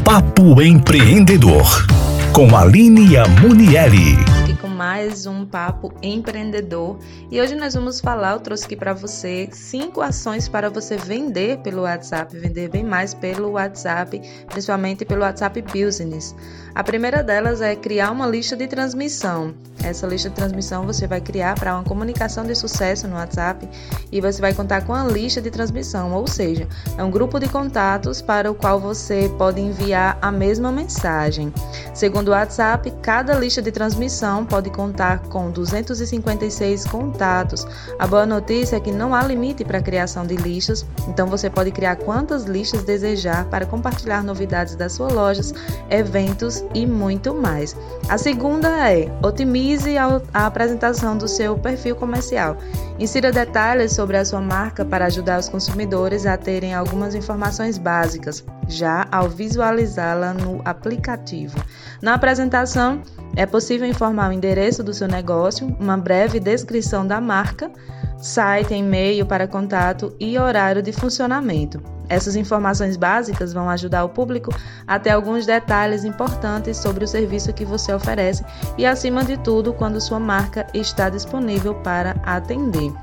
Papo Empreendedor, com Aline Amunieri. Aqui com mais um Papo Empreendedor. E hoje nós vamos falar, eu trouxe aqui para você 5 ações para você vender pelo WhatsApp, vender bem mais pelo WhatsApp, principalmente pelo WhatsApp Business. A primeira delas é criar uma lista de transmissão. Essa lista de transmissão você vai criar para uma comunicação de sucesso no WhatsApp e você vai contar com a lista de transmissão, ou seja, é um grupo de contatos para o qual você pode enviar a mesma mensagem. Segundo o WhatsApp, cada lista de transmissão pode contar com 256 contatos. A boa notícia é que não há limite para a criação de listas, então você pode criar quantas listas desejar para compartilhar novidades das suas lojas, eventos e muito mais. A segunda é otimize a apresentação do seu perfil comercial. Insira detalhes sobre a sua marca para ajudar os consumidores a terem algumas informações básicas, já ao visualizá-la no aplicativo. Na apresentação, é possível informar o endereço do seu negócio, uma breve descrição da marca, site, e-mail para contato e horário de funcionamento. Essas informações básicas vão ajudar o público a ter alguns detalhes importantes sobre o serviço que você oferece e, acima de tudo, quando sua marca está disponível para atender.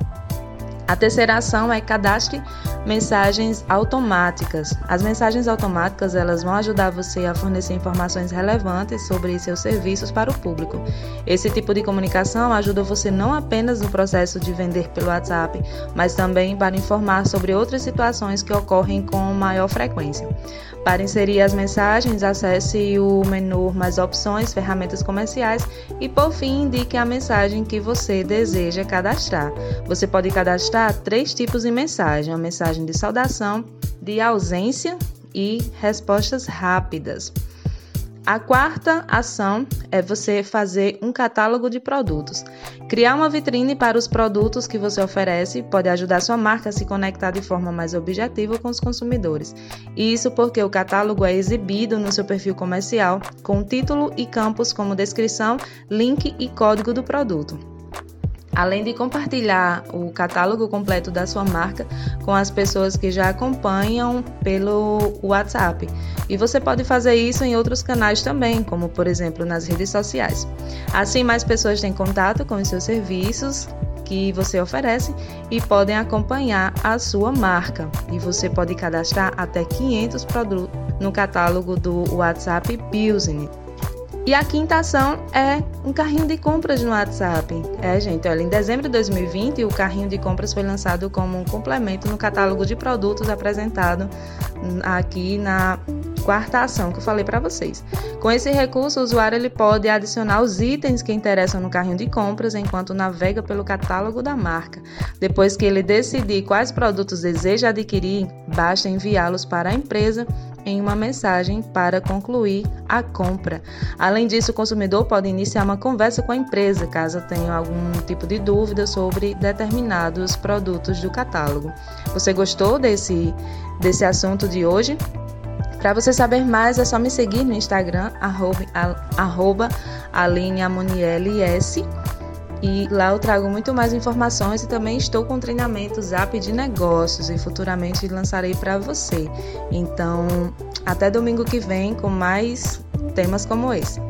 A terceira ação é cadastre mensagens automáticas. As mensagens automáticas elas vão ajudar você a fornecer informações relevantes sobre seus serviços para o público. Esse tipo de comunicação ajuda você não apenas no processo de vender pelo WhatsApp, mas também para informar sobre outras situações que ocorrem com maior frequência. Para inserir as mensagens, acesse o menu Mais Opções, Ferramentas Comerciais e, por fim, indique a mensagem que você deseja cadastrar. Você pode cadastrar 3 tipos de mensagem: a mensagem de saudação, de ausência e respostas rápidas. A quarta ação é você fazer um catálogo de produtos. Criar uma vitrine para os produtos que você oferece pode ajudar sua marca a se conectar de forma mais objetiva com os consumidores. Isso porque o catálogo é exibido no seu perfil comercial com título e campos como descrição, link e código do produto. Além de compartilhar o catálogo completo da sua marca com as pessoas que já acompanham pelo WhatsApp. E você pode fazer isso em outros canais também, como por exemplo nas redes sociais. Assim, mais pessoas têm contato com os seus serviços que você oferece e podem acompanhar a sua marca. E você pode cadastrar até 500 produtos no catálogo do WhatsApp Business. E a quinta ação é um carrinho de compras no WhatsApp. Gente, olha, em dezembro de 2020, o carrinho de compras foi lançado como um complemento no catálogo de produtos apresentado aqui na quarta ação que eu falei para vocês. Com esse recurso, o usuário ele pode adicionar os itens que interessam no carrinho de compras enquanto navega pelo catálogo da marca. Depois que ele decidir quais produtos deseja adquirir, basta enviá-los para a empresa em uma mensagem para concluir a compra. Além disso, o consumidor pode iniciar uma conversa com a empresa, caso tenha algum tipo de dúvida sobre determinados produtos do catálogo. Você gostou desse assunto de hoje? Para você saber mais, é só me seguir no Instagram, @AlineAmunieliS. E lá eu trago muito mais informações e também estou com treinamento Zap de negócios e futuramente lançarei para você. Então, até domingo que vem com mais temas como esse.